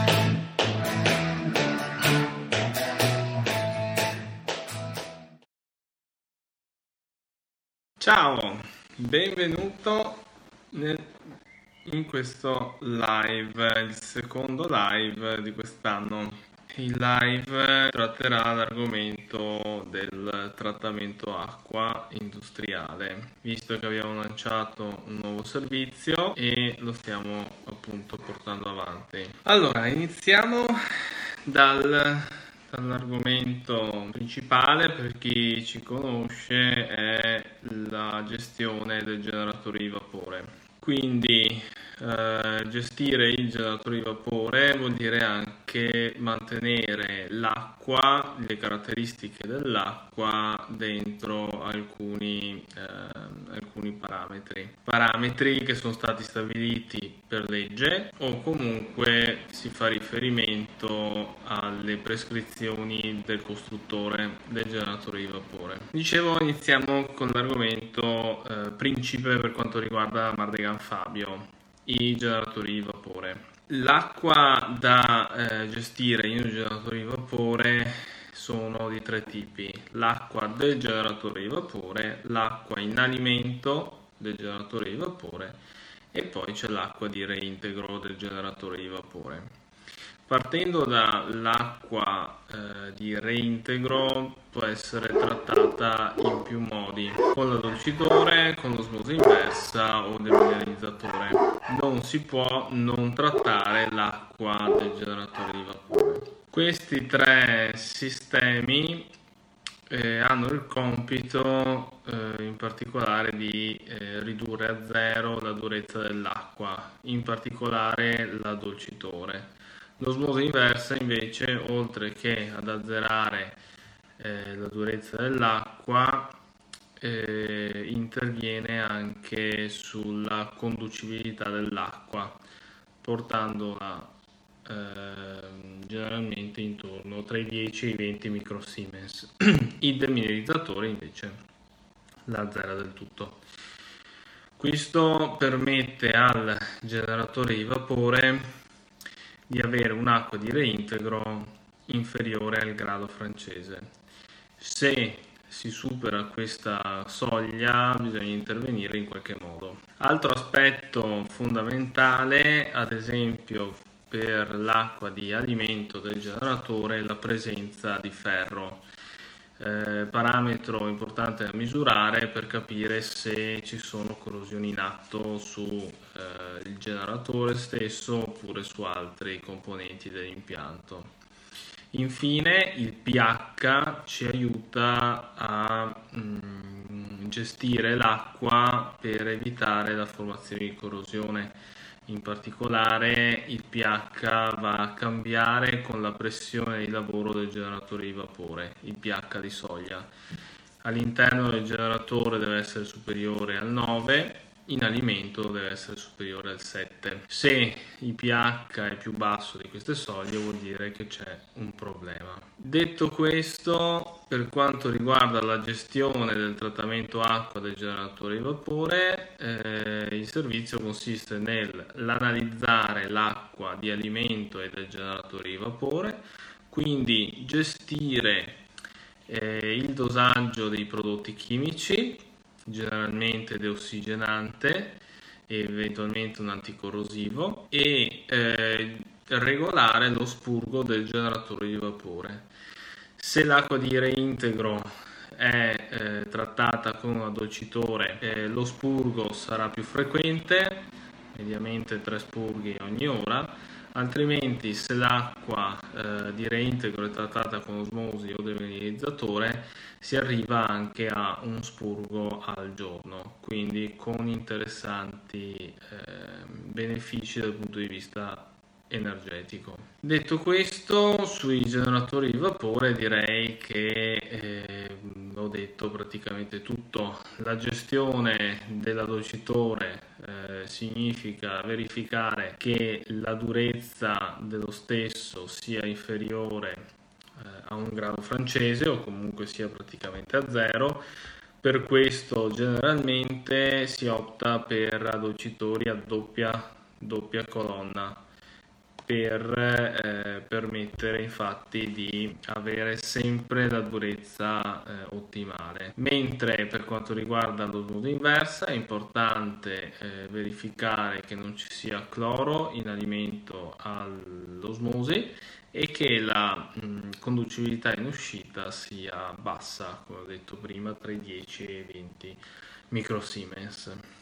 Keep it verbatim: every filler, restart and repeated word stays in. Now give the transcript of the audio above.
Ciao, benvenuto nel- in questo live, il secondo live di quest'anno. Il live tratterà l'argomento del trattamento acqua industriale, visto che abbiamo lanciato un nuovo servizio e lo stiamo appunto portando avanti. Allora, iniziamo dal Dall'argomento principale. Per chi ci conosce, è la gestione del generatore di vapore. Quindi eh, gestire il generatore di vapore vuol dire anche mantenere l'acqua, le caratteristiche dell'acqua dentro alcuni, eh, alcuni parametri. Parametri che sono stati stabiliti per legge, o comunque si fa riferimento alle prescrizioni del costruttore del generatore di vapore. Dicevo, iniziamo con l'argomento eh, principe per quanto riguarda Mardegan Fabio, i generatori di vapore. L'acqua da eh, gestire in un generatore di vapore sono di tre tipi: l'acqua del generatore di vapore, l'acqua in alimento del generatore di vapore e poi c'è l'acqua di reintegro del generatore di vapore. Partendo dall'acqua eh, di reintegro, può essere trattata in più modi: con l'addolcitore, con l'osmosi inversa o demineralizzatore. Non si può non trattare l'acqua del generatore di vapore. Questi tre sistemi eh, hanno il compito eh, in particolare di eh, ridurre a zero la durezza dell'acqua, in particolare l'addolcitore. L'osmosi inversa invece, oltre che ad azzerare eh, la durezza dell'acqua, eh, interviene anche sulla conducibilità dell'acqua, portandola eh, generalmente intorno tra i dieci e i venti microsiemens. Il demineralizzatore invece la azzera del tutto. Questo permette al generatore di vapore di avere un'acqua di reintegro inferiore al grado francese. Se si supera questa soglia, bisogna intervenire in qualche modo. Altro aspetto fondamentale, ad esempio per l'acqua di alimento del generatore, è la presenza di ferro. Eh, parametro importante da misurare per capire se ci sono corrosioni in atto sul eh, generatore stesso oppure su altri componenti dell'impianto. Infine, il pH ci aiuta a mm, gestire l'acqua per evitare la formazione di corrosione. In particolare, il pH va a cambiare con la pressione di lavoro del generatore di vapore, il pH di soglia. All'interno del generatore deve essere superiore al nove, in alimento deve essere superiore al sette. Se il pH è più basso di queste soglie, vuol dire che c'è un problema. Detto questo, per quanto riguarda la gestione del trattamento acqua del generatore di vapore, eh, il servizio consiste nell'analizzare l'acqua di alimento e del generatore di vapore, quindi gestire eh, il dosaggio dei prodotti chimici, generalmente deossigenante e eventualmente un anticorrosivo, e eh, regolare lo spurgo del generatore di vapore. Se l'acqua di reintegro è eh, trattata con un addolcitore, eh, lo spurgo sarà più frequente, mediamente tre spurghi ogni ora. Altrimenti, se l'acqua eh, di reintegro è trattata con osmosi o demineralizzatore, si arriva anche a un spurgo al giorno, quindi con interessanti eh, benefici dal punto di vista energetico. Detto questo, sui generatori di vapore direi che eh, ho detto praticamente tutto. La gestione dell'addolcitore eh, significa verificare che la durezza dello stesso sia inferiore eh, a un grado francese o comunque sia praticamente a zero. Per questo generalmente si opta per addolcitori a doppia, doppia colonna. per eh, permettere infatti di avere sempre la durezza eh, ottimale. Mentre per quanto riguarda l'osmosi inversa è importante eh, verificare che non ci sia cloro in alimento all'osmosi e che la mh, conducibilità in uscita sia bassa, come ho detto prima, tra i dieci e i venti microsiemens.